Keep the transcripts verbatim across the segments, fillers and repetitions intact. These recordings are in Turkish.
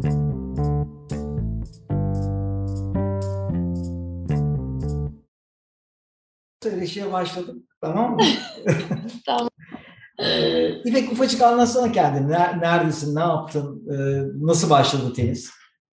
Söyleşiye başladık. Tamam mı? Tamam. Ee, İpek, ufacık anlatsana kendini. Ner- Neredesin? Ne yaptın? Ee, nasıl başladı tenis?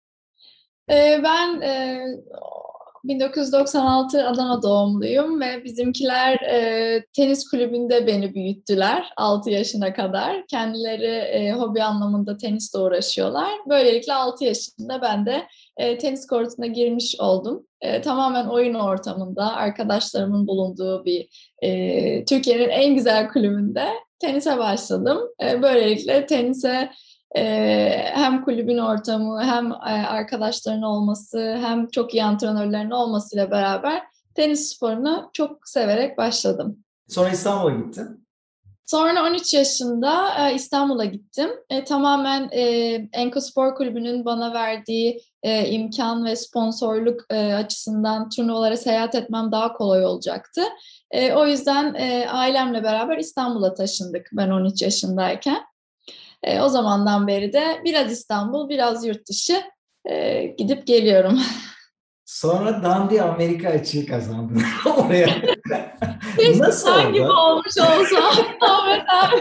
Ee, ben e, bin dokuz yüz doksan altı Adana doğumluyum ve bizimkiler e, tenis kulübünde beni büyüttüler altı yaşına kadar. Kendileri e, hobi anlamında tenisle uğraşıyorlar. Böylelikle altı yaşında ben de e, tenis kortuna girmiş oldum. E, tamamen oyun ortamında, arkadaşlarımın bulunduğu bir e, Türkiye'nin en güzel kulübünde tenise başladım. E, böylelikle tenise Ee, hem kulübün ortamı hem e, arkadaşların olması hem çok iyi antrenörlerin olmasıyla beraber tenis sporunu çok severek başladım. Sonra İstanbul'a gittin. Sonra on üç yaşında e, İstanbul'a gittim. E, tamamen e, Enko Spor Kulübü'nün bana verdiği e, imkan ve sponsorluk e, açısından turnuvalara seyahat etmem daha kolay olacaktı. E, o yüzden e, ailemle beraber İstanbul'a taşındık ben on üç yaşındayken. E, o zamandan beri de biraz İstanbul, biraz yurt dışı e, gidip geliyorum. Sonra Dundee Amerika açığı kazandın oraya. Keşke Nasıl sen gibi oldu? olmuş olsam. Ahmet abi.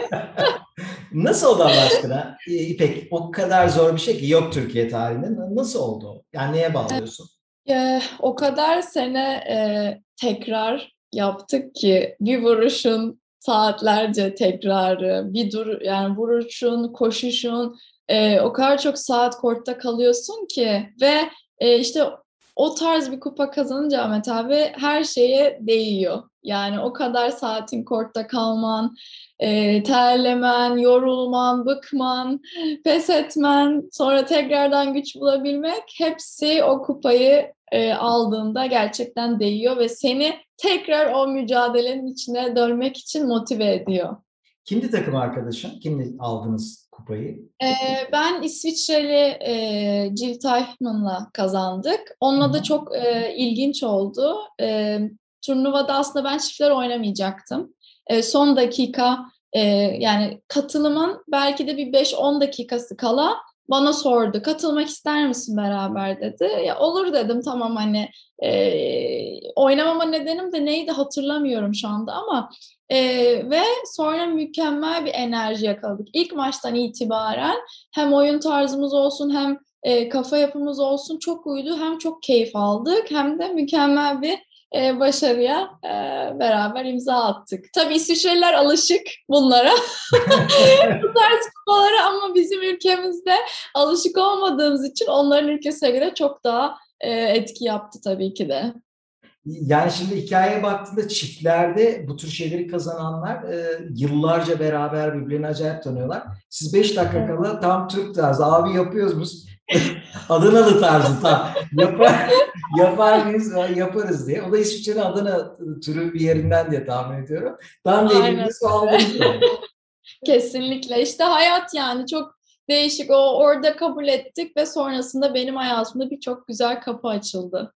Nasıl oldu Allah aşkına? Ee, İpek, o kadar zor bir şey ki yok Türkiye tarihinde. Nasıl oldu o? Yani neye bağlıyorsun? E, o kadar sene e, tekrar yaptık ki bir vuruşun saatlerce tekrarı, bir dur yani vuruşun, koşuşun e, o kadar çok saat kortta kalıyorsun ki ve e, işte o tarz bir kupa kazanınca Ahmet abi her şeye değiyor. Yani o kadar saatin kortta kalman, e, terlemen, yorulman, bıkman, pes etmen, sonra tekrardan güç bulabilmek hepsi o kupayı e, aldığında gerçekten değiyor ve seni tekrar o mücadelenin içine dönmek için motive ediyor. Kimdi takım arkadaşın? Kimle aldınız kupayı? E, Ben İsviçreli e, Jill Teichmann'la kazandık. Hı Onunla da hı. çok e, ilginç oldu. E, turnuvada aslında ben çiftler oynamayacaktım. E, son dakika e, yani katılımın belki de bir beş on dakikası kala bana sordu. Katılmak ister misin beraber dedi. Ya olur dedim tamam hani e, oynamama nedenim de neydi hatırlamıyorum şu anda ama e, ve sonra mükemmel bir enerji yakaladık. İlk maçtan itibaren hem oyun tarzımız olsun hem e, kafa yapımız olsun çok uydu. Hem çok keyif aldık hem de mükemmel bir e, başarıya e, beraber imza attık. Tabii İsviçreliler alışık bunlara, bu tarz kupalara ama bizim ülkemizde alışık olmadığımız için onların ülkesine göre çok daha e, etki yaptı tabii ki de. Yani şimdi hikayeye baktığında çiftlerde bu tür şeyleri kazananlar e, yıllarca beraber birbirine acayip tanıyorlar. Siz beş dakika Evet. kala tam Türk tarzı abi yapıyoruz biz. Adanalı tarzı tam yapar, yapar mıyız? Yaparız diye. O da İsviçre'nin Adana türü bir yerinden diye tahmin ediyorum. Tam diye Aynen. girdiniz aldınız yani. Kesinlikle. İşte hayat yani çok değişik. O orada kabul ettik ve sonrasında benim hayatımda birçok güzel kapı açıldı.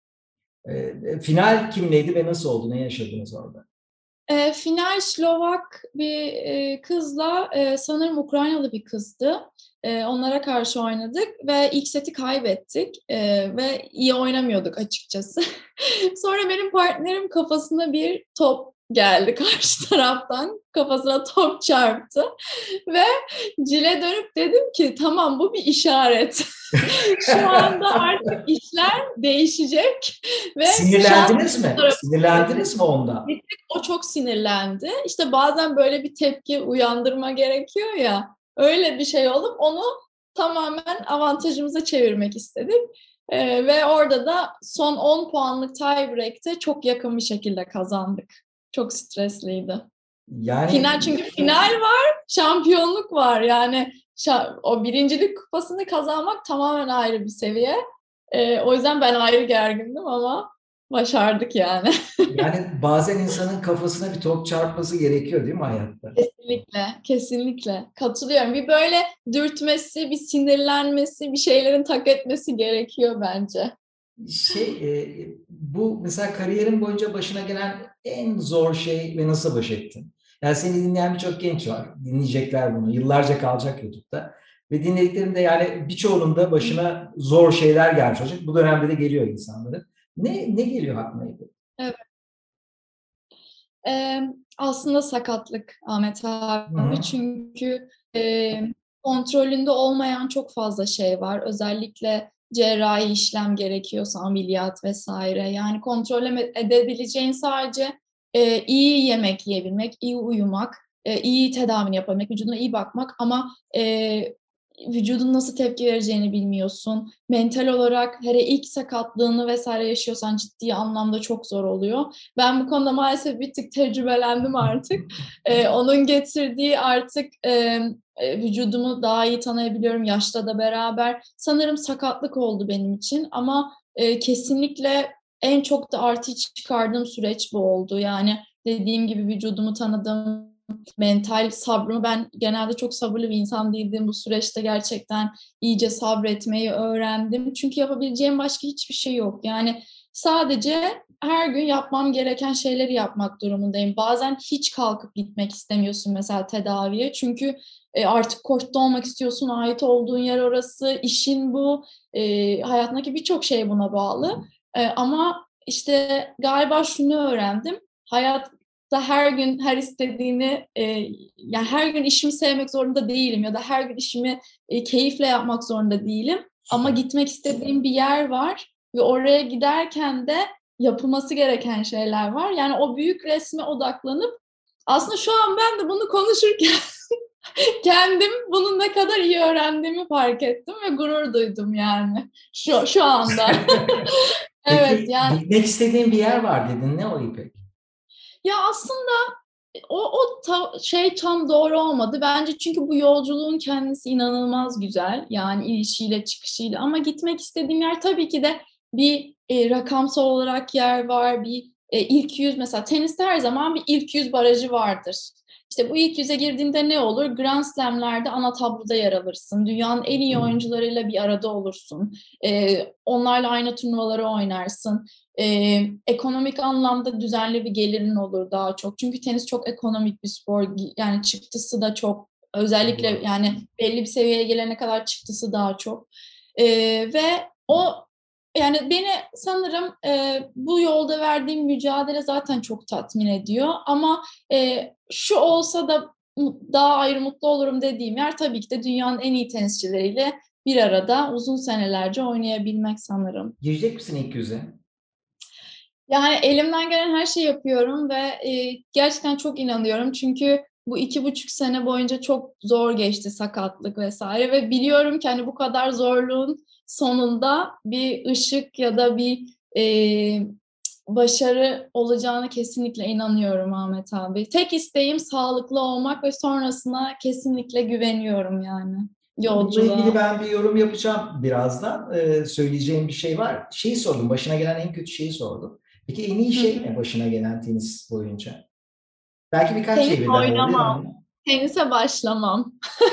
E, final kimleydi ve nasıl oldu? Ne yaşadınız orada? E, final Slovak bir e, kızla e, sanırım Ukraynalı bir kızdı. E, onlara karşı oynadık ve ilk seti kaybettik e, ve iyi oynamıyorduk açıkçası. Sonra benim partnerim kafasına bir top geldi karşı taraftan. Kafasına top çarptı ve Cile dönüp dedim ki tamam bu bir işaret. Şu anda artık işler değişecek ve şans Sinirlendiniz mi? Sinirlendiniz mi onda? o çok sinirlendi. İşte bazen böyle bir tepki uyandırma gerekiyor ya. Öyle bir şey olup onu tamamen avantajımıza çevirmek istedik. Ee, ve orada da son on puanlık tiebreak'te çok yakın bir şekilde kazandık. Çok stresliydi. Yani Final çünkü final var, şampiyonluk var. Yani şa- o birincilik kupasını kazanmak tamamen ayrı bir seviye. Ee, o yüzden ben ayrı gergindim ama başardık yani. Yani bazen insanın kafasına bir top çarpması gerekiyor değil mi hayatta? Kesinlikle, kesinlikle. Katılıyorum. Bir böyle dürtmesi, bir sinirlenmesi, bir şeylerin tak etmesi gerekiyor bence. Şey, e, bu mesela kariyerin boyunca başına gelen en zor şey ve nasıl baş ettin? Yani seni dinleyen birçok genç var. Dinleyecekler bunu. Yıllarca kalacak YouTube'da. Ve dinlediklerinde yani birçoğunun da başına zor şeyler gelmiş olacak. Bu dönemde de geliyor insanların. Ne ne geliyor aklına? Evet. Ee, aslında sakatlık Ahmet Hı abi. hı. Çünkü e, kontrolünde olmayan çok fazla şey var. Özellikle cerrahi işlem gerekiyorsa ameliyat vesaire. Yani kontrol edebileceğin sadece e, iyi yemek yiyebilmek, iyi uyumak, e, iyi tedavini yapabilmek, vücuduna iyi bakmak ama e, vücudun nasıl tepki vereceğini bilmiyorsun. Mental olarak hele ilk sakatlığını vesaire yaşıyorsan ciddi anlamda çok zor oluyor. Ben bu konuda maalesef bir tık tecrübelendim artık. Ee, onun getirdiği artık e, e, vücudumu daha iyi tanıyabiliyorum yaşla da beraber. Sanırım sakatlık oldu benim için ama e, kesinlikle en çok da artı çıkardığım süreç bu oldu. Yani dediğim gibi vücudumu tanıdım, mental sabrımı, ben genelde çok sabırlı bir insan değildim. Bu süreçte gerçekten iyice sabretmeyi öğrendim. Çünkü yapabileceğim başka hiçbir şey yok. Yani sadece her gün yapmam gereken şeyleri yapmak durumundayım. Bazen hiç kalkıp gitmek istemiyorsun mesela tedaviye. Çünkü e, artık koçta olmak istiyorsun, ait olduğun yer orası, işin bu, e, hayatındaki birçok şey buna bağlı. E, ama işte galiba şunu öğrendim. Hayatta her gün her istediğini, e, yani her gün işimi sevmek zorunda değilim ya da her gün işimi e, keyifle yapmak zorunda değilim. Ama Süper. gitmek istediğim bir yer var ve oraya giderken de yapılması gereken şeyler var. Yani o büyük resme odaklanıp aslında şu an ben de bunu konuşurken kendim bunu ne kadar iyi öğrendiğimi fark ettim ve gurur duydum yani şu, şu anda. Evet Peki yani gitmek istediğin bir yer var dedin. Ne o İpek? ya aslında o, o ta- şey tam doğru olmadı. Bence çünkü bu yolculuğun kendisi inanılmaz güzel. Yani inişiyle çıkışıyla. Ama gitmek istediğim yer tabii ki de bir e, rakamsal olarak yer var. Bir e, ilk yüz, mesela teniste her zaman bir ilk yüz barajı vardır. İşte bu ilk yüze girdiğinde ne olur? Grand Slam'lerde ana tabloda yer alırsın. Dünyanın en iyi oyuncularıyla bir arada olursun. E, onlarla aynı turnuvaları oynarsın. Ee, ekonomik anlamda düzenli bir gelirin olur daha çok. Çünkü tenis çok ekonomik bir spor. Yani çıktısı da çok. Özellikle Doğru. yani belli bir seviyeye gelene kadar çıktısı daha çok. Ee, ve o yani beni sanırım e, bu yolda verdiğim mücadele zaten çok tatmin ediyor. Ama e, şu olsa da daha ayrı mutlu olurum dediğim yer tabii ki de dünyanın en iyi tenisçileriyle bir arada uzun senelerce oynayabilmek sanırım. Girecek misin ilk yüze? Yani elimden gelen her şeyi yapıyorum ve e, gerçekten çok inanıyorum. Çünkü bu iki buçuk sene boyunca çok zor geçti sakatlık vesaire ve biliyorum ki hani bu kadar zorluğun sonunda bir ışık ya da bir e, başarı olacağına kesinlikle inanıyorum Ahmet abi. Tek isteğim sağlıklı olmak ve sonrasına kesinlikle güveniyorum yani Bununla ilgili yolculuğa. ben bir yorum yapacağım birazdan. Ee, söyleyeceğim bir şey var. Şeyi sordum, başına gelen en kötü şeyi sordum. Peki en iyi Hı şey hı. ne başına gelen tenis boyunca? Belki birkaç Tenis şey birden olabilir oynamam, ama. tenise başlamam.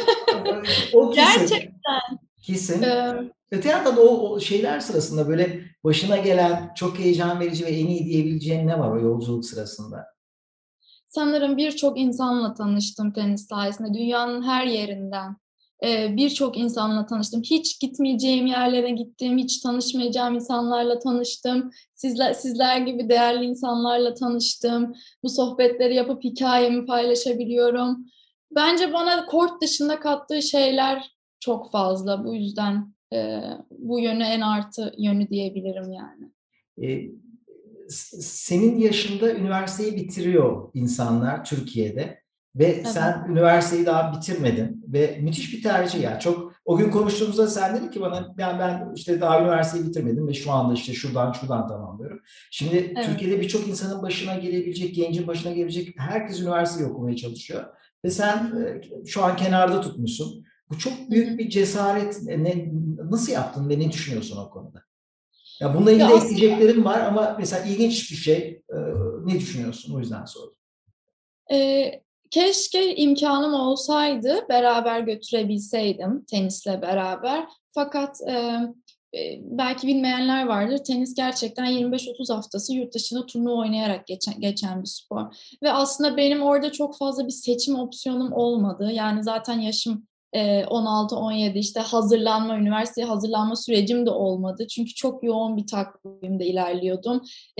O kesin, Gerçekten. kesin. Ee, Öte yandan o, o şeyler sırasında böyle başına gelen çok heyecan verici ve en iyi diyebileceğin ne var o yolculuk sırasında? sanırım birçok insanla tanıştım tenis sayesinde. Dünyanın her yerinden. Ee, birçok insanla tanıştım. Hiç gitmeyeceğim yerlere gittim. Hiç tanışmayacağım insanlarla tanıştım. Sizler, sizler gibi değerli insanlarla tanıştım. Bu sohbetleri yapıp hikayemi paylaşabiliyorum. Bence bana kort dışında kattığı şeyler çok fazla. Bu yüzden e, bu yönü en artı yönü diyebilirim yani. Ee, senin yaşında üniversiteyi bitiriyor insanlar Türkiye'de ve Evet. sen üniversiteyi daha bitirmedin ve müthiş bir tercih ya. Çok o gün konuştuğumuzda sen dedin ki bana ben ben işte daha üniversiteyi bitirmedim ve şu anda işte şuradan şuradan tamamlıyorum. Şimdi Evet. Türkiye'de birçok insanın başına gelebilecek, gencin başına gelebilecek herkes üniversiteyi okumaya çalışıyor ve Hı sen hı. e, şu an kenarda tutmuşsun. Bu çok Hı hı. büyük bir cesaret. Ne, nasıl yaptın ve ne düşünüyorsun o konuda? Ya bununla ilgili Ya de aslında ekleyeceklerim var ama mesela ilginç bir şey. Ee, ne düşünüyorsun? O yüzden sordum. e, keşke imkanım olsaydı beraber götürebilseydim tenisle beraber. Fakat e, e, belki bilmeyenler vardır. Tenis gerçekten yirmi beş otuz haftası yurt dışında turnuva oynayarak geçen, geçen bir spor. Ve aslında benim orada çok fazla bir seçim opsiyonum olmadı. Yani zaten yaşım on altı on yedi işte hazırlanma, üniversiteye hazırlanma sürecim de olmadı. Çünkü çok yoğun bir takvimde ilerliyordum.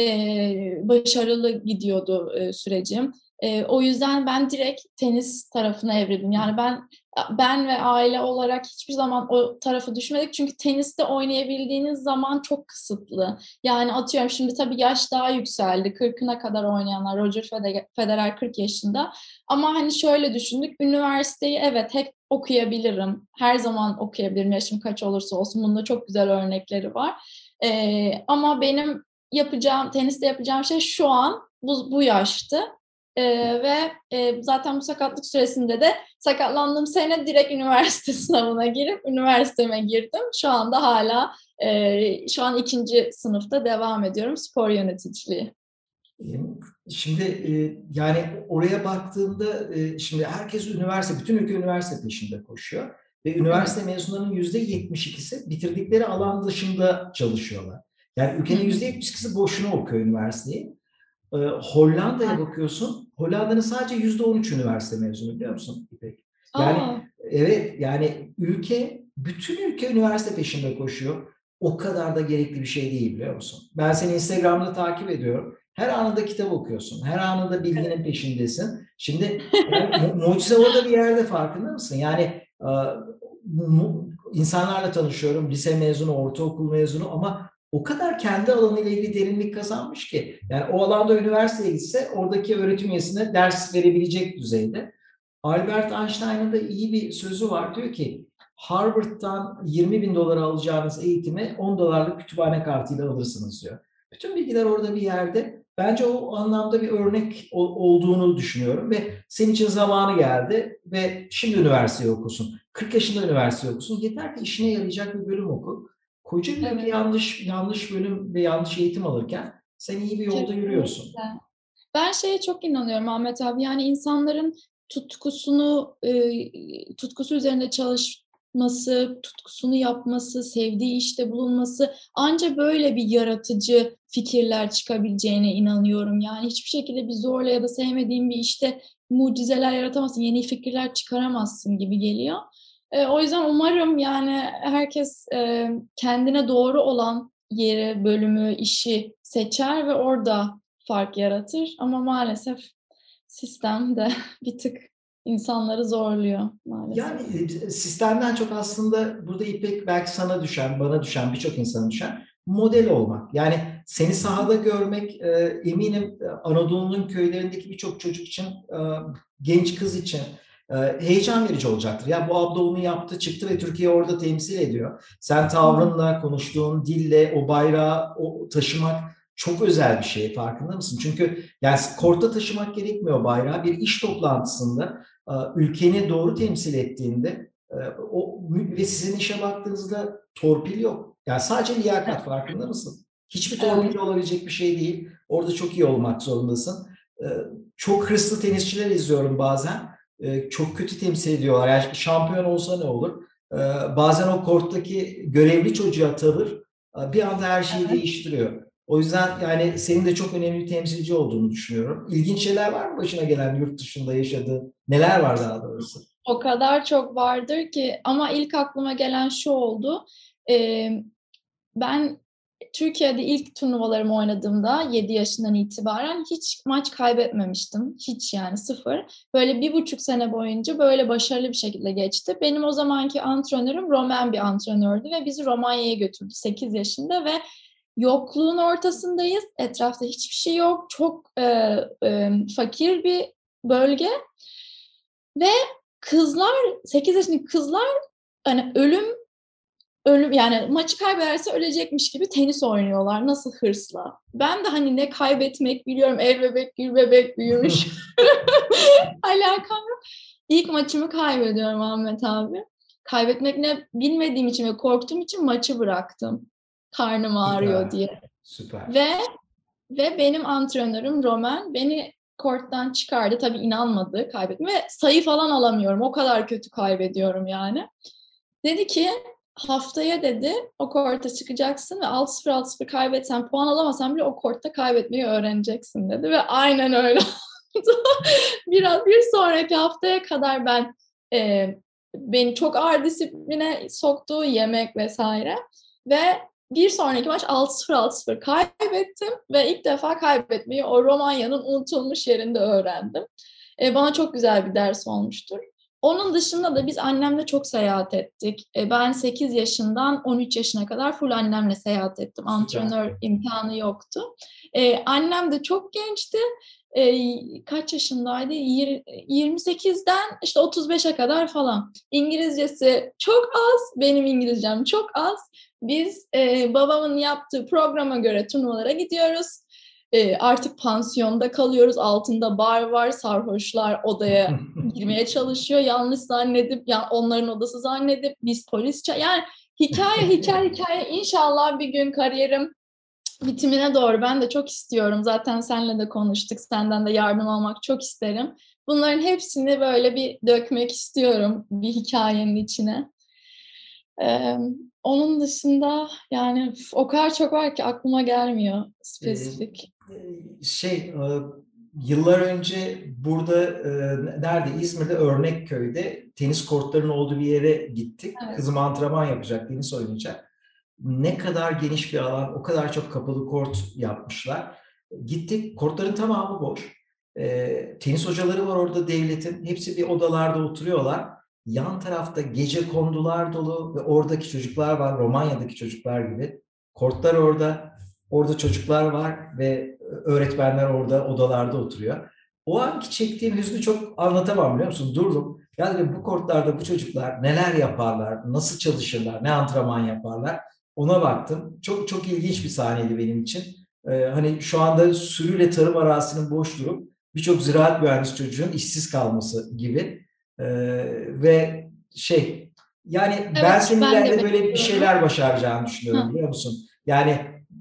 Başarılı gidiyordu sürecim. O yüzden ben direkt tenis tarafına evrildim. Yani ben ben ve aile olarak hiçbir zaman o tarafı düşmedik. Çünkü teniste oynayabildiğiniz zaman çok kısıtlı. Yani atıyorum şimdi tabii yaş daha yükseldi. kırkına kadar oynayanlar, Roger Federer kırk yaşında. Ama hani şöyle düşündük, üniversiteyi evet hep okuyabilirim. Her zaman okuyabilirim, yaşım kaç olursa olsun. Bunda çok güzel örnekleri var. Ee, ama benim yapacağım, teniste yapacağım şey şu an bu, bu yaştı. Ee, ve e, zaten bu sakatlık süresinde de sakatlandığım sene direkt üniversite sınavına girip üniversiteme girdim. Şu anda hala e, şu an ikinci sınıfta devam ediyorum spor yöneticiliği. Şimdi yani oraya baktığımda şimdi herkes üniversite, bütün ülke üniversite peşinde koşuyor ve üniversite evet. mezunlarının yüzde yetmiş ikisi bitirdikleri alan dışında çalışıyorlar. Yani ülkenin yüzde yetmiş ikisi boşuna okuyor üniversiteyi. Hollanda'ya bakıyorsun, Hollanda'nın sadece yüzde on üç üniversite mezunu, biliyor musun İpek? Yani Aa. evet, yani ülke, bütün ülke üniversite peşinde koşuyor. O kadar da gerekli bir şey değil, biliyor musun? Ben seni Instagram'da takip ediyorum. Her anında kitap okuyorsun. Her anında bilginin peşindesin. Şimdi yani, mu mucize orada bir yerde, farkında mısın? Yani mu insanlarla tanışıyorum. Lise mezunu, ortaokul mezunu ama o kadar kendi alanıyla ilgili derinlik kazanmış ki. Yani o alanda üniversiteye gitse oradaki öğretim üyesine ders verebilecek düzeyde. Albert Einstein'ın da iyi bir sözü var. Diyor ki Harvard'dan yirmi bin dolara alacağınız eğitimi on dolarlık kütüphane kartıyla alırsınız diyor. Bütün bilgiler orada bir yerde. Bence o anlamda bir örnek olduğunu düşünüyorum ve senin için zamanı geldi ve şimdi üniversite okusun. kırk yaşında üniversite okusun. Yeter ki işine yarayacak bir bölüm oku. Koca bir evet. yanlış yanlış bölüm ve yanlış eğitim alırken sen iyi bir yolda Kesinlikle. yürüyorsun. Ben şeye çok inanıyorum Ahmet abi. Yani insanların tutkusunu, e, tutkusu üzerinde çalışması, tutkusunu yapması, sevdiği işte bulunması, ancak böyle bir yaratıcı fikirler çıkabileceğine inanıyorum. Yani hiçbir şekilde bir zorla ya da sevmediğin bir işte mucizeler yaratamazsın, yeni fikirler çıkaramazsın gibi geliyor. E, o yüzden umarım yani herkes e, kendine doğru olan yeri, bölümü, işi seçer ve orada fark yaratır. Ama maalesef sistem de bir tık insanları zorluyor maalesef. Yani sistemden çok aslında burada İpek, belki sana düşen, bana düşen, birçok insana düşen model olmak. Yani seni sahada görmek, e, eminim Anadolu'nun köylerindeki birçok çocuk için, e, genç kız için e, heyecan verici olacaktır. Ya bu abla onu yaptı, çıktı ve Türkiye orada temsil ediyor. Sen tavrınla, konuştuğun dille o bayrağı o taşımak çok özel bir şey, farkında mısın? Çünkü yani kortta taşımak gerekmiyor bayrağı. Bir iş toplantısında ülkeni doğru temsil ettiğinde o ve sizin işe baktığınızda torpil yok. Yani sadece liyakat, farkında mısın? Hiçbir torpil evet. olabilecek bir şey değil. Orada çok iyi olmak zorundasın. Çok hırslı tenisçiler izliyorum bazen. Çok kötü temsil ediyorlar. Yani şampiyon olsa ne olur? Bazen o korttaki görevli çocuğa tavır bir anda her şeyi evet. değiştiriyor. O yüzden yani senin de çok önemli bir temsilci olduğunu düşünüyorum. İlginç şeyler var mı başına gelen, yurt dışında yaşadığın? Neler var daha doğrusu? O kadar çok vardır ki, ama ilk aklıma gelen şu oldu. Ee, ben Türkiye'de ilk turnuvalarımı oynadığımda yedi yaşından itibaren hiç maç kaybetmemiştim. Hiç, yani sıfır. Böyle bir buçuk sene boyunca böyle başarılı bir şekilde geçti. Benim o zamanki antrenörüm Roman bir antrenördü ve bizi Romanya'ya götürdü sekiz yaşında ve yokluğun ortasındayız. Etrafta hiçbir şey yok. Çok e, e, fakir bir bölge. Ve kızlar, sekiz yaşındaki kızlar hani ölüm ölüm yani maçı kaybederse ölecekmiş gibi tenis oynuyorlar. Nasıl hırsla. Ben de hani ne kaybetmek biliyorum. El bebek, gül bebek büyümüş. Alakam yok. İlk maçımı kaybediyorum Ahmet abi. Kaybetmek ne bilmediğim için ve korktuğum için maçı bıraktım. Karnım ağrıyor Süper. diye. Süper. Ve ve benim antrenörüm Roman beni korttan çıkardı. Tabii inanmadı kaybetme ve sayı falan alamıyorum. O kadar kötü kaybediyorum yani. Dedi ki haftaya dedi o korta çıkacaksın ve altı sıfır altı sıfır kaybetsen, puan alamasan bile o kortta kaybetmeyi öğreneceksin dedi ve aynen öyle oldu. Biraz bir sonraki haftaya kadar ben e, beni çok ağır disipline soktu, yemek vesaire ve bir sonraki maç altı sıfır altı sıfır kaybettim ve ilk defa kaybetmeyi o Romanya'nın unutulmuş yerinde öğrendim. Eee, bana çok güzel bir ders olmuştur. Onun dışında da biz annemle çok seyahat ettik. Eee, ben sekiz yaşından on üç yaşına kadar full annemle seyahat ettim. Süper. Antrenör imkânı yoktu. Eee, annem de çok gençti. Eee, kaç yaşındaydı? Yir yirmi sekizden işte otuz beşe kadar falan. İngilizcesi çok az, benim İngilizcem çok az. Biz, eee, babamın yaptığı programa göre turnuvalara gidiyoruz. Eee, artık pansiyonda kalıyoruz. Altında bar var. Sarhoşlar odaya girmeye çalışıyor. Yanlış zannedip, ya onların odası zannedip biz polis ça yani hikâye, hikâye, hikâye. İnşallah bir gün kariyerim bitimine doğru ben de çok istiyorum. Zaten seninle de konuştuk. Senden de yardım almak çok isterim. Bunların hepsini böyle bir dökmek istiyorum bir hikâyenin içine. Emm, onun dışında yani üf, o kadar çok var ki aklıma gelmiyor Eee, spesifik. eee, şey, ııı, yıllar önce burada, eee, nerede? İzmir'de Örnekköy'de tenis kortlarının olduğu bir yere gittik. Evet. Kızım antrenman yapacak, tenis oynayacak. Ne kadar geniş bir alan, o kadar çok kapalı kort yapmışlar. Gittik, kortların tamamı boş. Eee, tenis hocaları var orada devletin. Hepsi bir odalarda oturuyorlar. Yan tarafta gecekondular dolu ve oradaki çocuklar var, Romanya'daki çocuklar gibi. Kortlar orada, orada çocuklar var ve öğretmenler orada odalarda oturuyor. O anki çektiğim hüznü çok anlatamam, biliyor musun? Durdum. Ya dedim, bu kortlarda bu çocuklar neler yaparlar, nasıl çalışırlar, ne antrenman yaparlar? Ona baktım. Çok çok ilginç bir sahneydi benim için. Eee, hani şu anda sürüyle tarım arazisinin boş durup birçok ziraat mühendisi çocuğun işsiz kalması gibi. Eee, ve şey, yani ben Evet, senin ben de ileride böyle bir bekliyorum. şeyler başaracağını düşünüyorum, Hıh. biliyor musun? Yani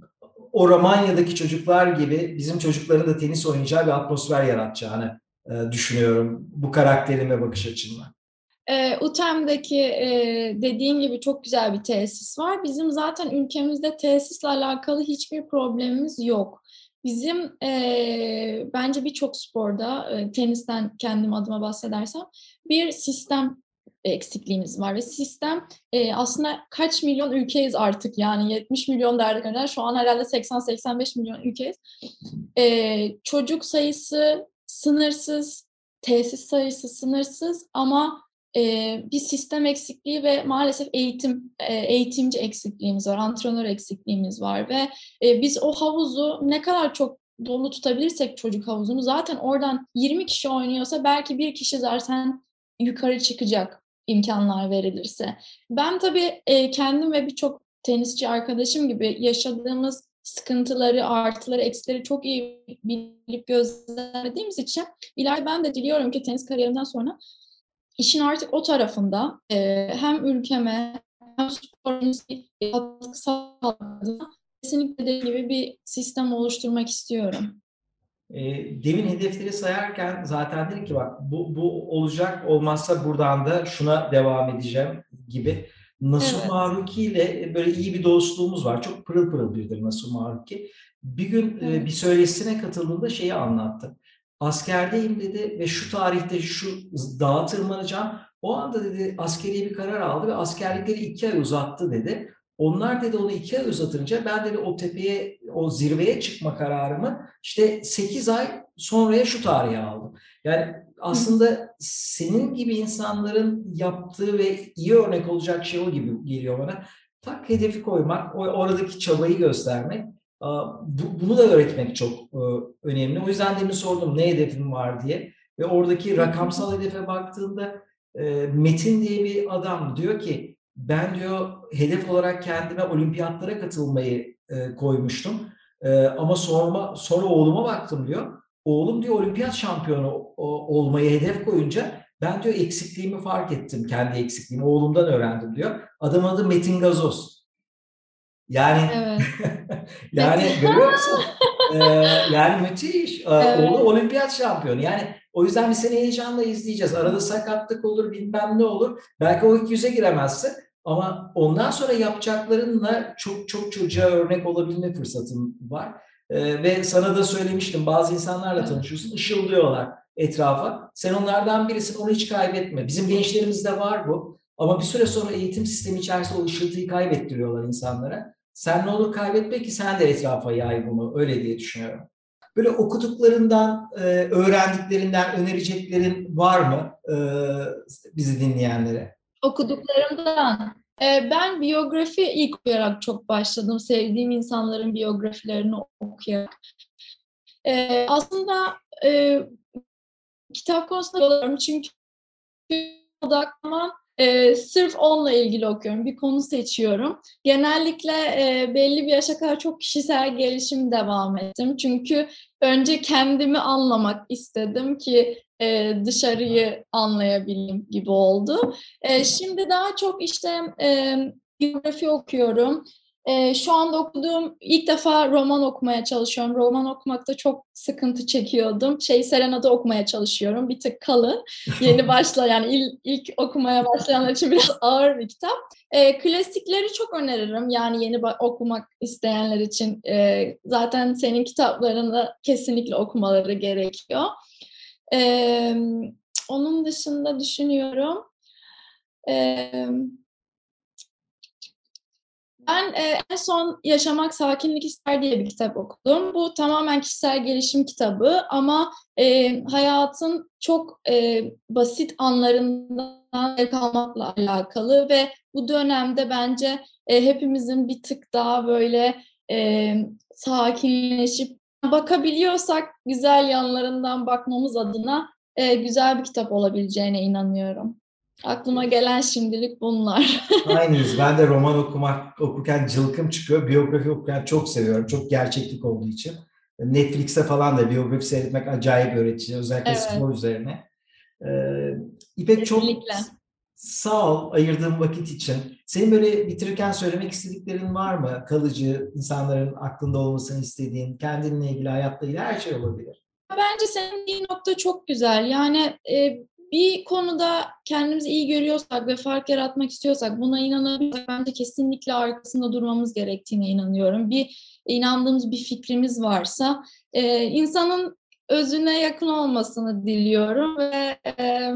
o Romanya'daki çocuklar gibi bizim çocukların da tenis oynayacağı bir atmosfer yaratacağını, eee, düşünüyorum bu karakterin ve bakış açınla. Eee, U T E M'deki, eee, dediğin gibi çok güzel bir tesis var. Bizim zaten ülkemizde tesisle alakalı hiçbir problemimiz yok. Bizim, eee, bence birçok sporda, eee, tenisten kendim adıma bahsedersem bir sistem eksikliğimiz var ve sistem, eee, aslında kaç milyon ülkeyiz artık yani yetmiş milyon derdik önceden, şu an herhâlde seksen seksen beş milyon ülkeyiz. Eee, çocuk sayısı sınırsız, tesis sayısı sınırsız ama, eee, bir sistem eksikliği ve maalesef eğitim, eee, eğitimci eksikliğimiz var, antrenör eksikliğimiz var ve, eee, biz o havuzu ne kadar çok dolu tutabilirsek çocuk havuzunu zaten oradan yirmi kişi oynuyorsa belki bir kişi zaten yukarı çıkacak imkânlar verilirse. Ben tabii, eee, kendim ve birçok tenisçi arkadaşım gibi yaşadığımız sıkıntıları, artıları, eksileri çok iyi bilip gözlemlediğimiz için ileride ben de diliyorum ki tenis kariyerimden sonra işin artık o tarafında, eee, hem ülkeme hem sporuma katkı sağlamak adına kesinlikle dediğin gibi bir sistem oluşturmak istiyorum. Eee, demin hedefleri sayarken zaten dedin ki bak bu bu olacak, olmazsa buradan da şuna devam edeceğim gibi. Nasuh Evet, Maruki ile böyle iyi bir dostluğumuz var. Çok pırıl pırıl biridir Nasuh Maruki. Bir gün, eee, bir evet. söyleşisine katıldığında şeyi anlattı. "Askerdeyim." dedi ve "Şu tarihte şu z dağa tırmanacağım." O anda dedi askeri bir karar aldı ve askerlikleri iki ay uzattı dedi. Onlar dedi onu iki ay uzatınca ben dedi o tepeye, o zirveye çıkma kararımı işte sekiz ay sonraya şu tarihe aldım. Yani Hı hı. aslında senin gibi insanların yaptığı ve iyi örnek olacak şey o gibi geliyor bana. Tak hedefi koymak, o oradaki çabayı göstermek, aaa, bu bunu da öğretmek çok, ııı, önemli. O yüzden demin sordum ne hedefin var diye ve oradaki Hı hı. rakamsal hedefe baktığında, eee, Metin diye bir adam diyor ki, "Ben" diyor, "hedef olarak kendime olimpiyatlara katılmayı, eee, koymuştum. Eee, ama sorma sonra oğluma baktım." diyor. "Oğlum" diyor, "olimpiyat şampiyonu o olmayı hedef koyunca ben" diyor, "eksikliğimi fark ettim, kendi eksikliğimi, oğlumdan öğrendim." diyor. Adamın adı Metin Gazoz. Yani Evet. Metin yani görüyor musun? Eee, yani müthiş. Eee, oğlu Evet. olimpiyat şampiyonu. Yani o yüzden biz seni heyecanla izleyeceğiz. Arada sakatlık olur, bilmem ne olur. Belki o ilk yüze giremezsin ama ondan sonra yapacaklarınla çok çok çocuğa örnek olabilme fırsatın var. Eee, ve sana da söylemiştim, bazı insanlarla Evet. tanışıyorsun, ışıldıyorlar. etrafa. Sen onlardan birisin, onu hiç kaybetme. Bizim gençlerimizde var bu. Ama bir süre sonra eğitim sistemi içerisinde o ışıltıyı kaybettiriyorlar insanlara. Sen ne olur kaybetme ki sen de etrafa yay bunu. Öyle diye düşünüyorum. Böyle okuduklarından, e, öğrendiklerinden önereceklerin var mı e, bizi dinleyenlere? Okuduklarımdan. Ee, ben biyografi ilk okuyarak çok başladım. Sevdiğim insanların biyografilerini okuyarak. Ee, aslında e, kitap konusunda oluyorum çünkü odaklanan e, sırf onunla ilgili okuyorum. Bir konu seçiyorum. Genellikle e, belli bir yaşa kadar çok kişisel gelişim devam ettim. Çünkü önce kendimi anlamak istedim ki e, dışarıyı anlayabileyim gibi oldu. E, şimdi daha çok işte e, biyografi okuyorum. E, şu anda okuduğum ilk defa roman okumaya çalışıyorum. Roman okumakta çok sıkıntı çekiyordum. Şey Serenad'ı okumaya çalışıyorum. Bir tık kalın. Yeni başlayan, ilk, ilk okumaya başlayanlar için biraz ağır bir kitap. E, klasikleri çok öneririm. Yani yeni okumak isteyenler için e, zaten senin kitaplarını kesinlikle okumaları gerekiyor. E, Onun dışında düşünüyorum. E, Ben e, en son Yaşamak Sakinlik İster diye bir kitap okudum. Bu tamamen kişisel gelişim kitabı ama e, hayatın çok e, basit anlarından zevk almakla alakalı ve bu dönemde bence e, hepimizin bir tık daha böyle e, sakinleşip bakabiliyorsak güzel yanlarından bakmamız adına e, güzel bir kitap olabileceğine inanıyorum. Aklıma gelen şimdilik bunlar. Aynıyız. Ben de roman okumak okurken cılkım çıkıyor. Biyografi okurken çok seviyorum. Çok gerçeklik olduğu için. Netflix'te falan da biyografi seyretmek acayip öğretici. Özellikle Evet, spor üzerine. Ee, İpek çok kesinlikle. sağ ol ayırdığın vakit için. Senin böyle bitirirken söylemek istediklerin var mı? Kalıcı, insanların aklında olmasını istediğin, kendinle ilgili, hayatla ilgili her şey olabilir. Bence senin dediğin nokta çok güzel. Yani e, bir konuda kendimizi iyi görüyorsak ve fark yaratmak istiyorsak, buna inanabiliyorsak bence kesinlikle arkasında durmamız gerektiğine inanıyorum. Bir inandığımız bir fikrimiz varsa e, insanın özüne yakın olmasını diliyorum ve e,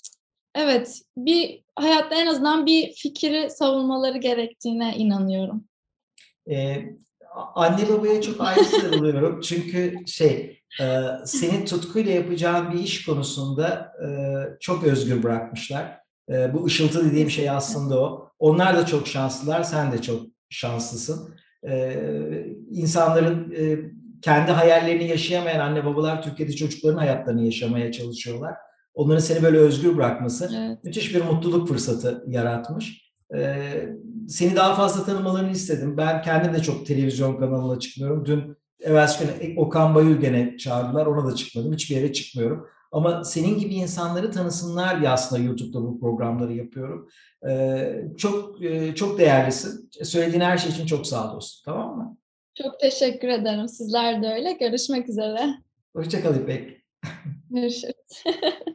evet bir hayatta en azından bir fikri savunmaları gerektiğine inanıyorum. Ee, Anne babaya çok ayrı sarılıyorum. Çünkü şey, e, senin tutkuyla yapacağın bir iş konusunda e, çok özgür bırakmışlar. E, bu ışıltı dediğim şey Kesinlikle. aslında o. Onlar da çok şanslılar, sen de çok şanslısın. E, insanların e, kendi hayallerini yaşayamayan anne babalar Türkiye'de çocukların hayatlarını yaşamaya çalışıyorlar. Onların seni böyle özgür bırakması Evet. müthiş bir mutluluk fırsatı yaratmış. Ee, Seni daha fazla tanımalarını istedim. Ben kendim de çok televizyon kanalına çıkmıyorum. Dün evvelsi gün Okan Bayülgen'e çağırdılar. Ona da çıkmadım. Hiçbir yere çıkmıyorum. Ama senin gibi insanları tanısınlar diye aslında YouTube'da bu programları yapıyorum. Ee, çok e, çok değerlisin. Söylediğin her şey için çok sağ olasın. Tamam mı? Çok teşekkür ederim. Sizler de öyle. Görüşmek üzere. Hoşça kal İpek. Görüşürüz.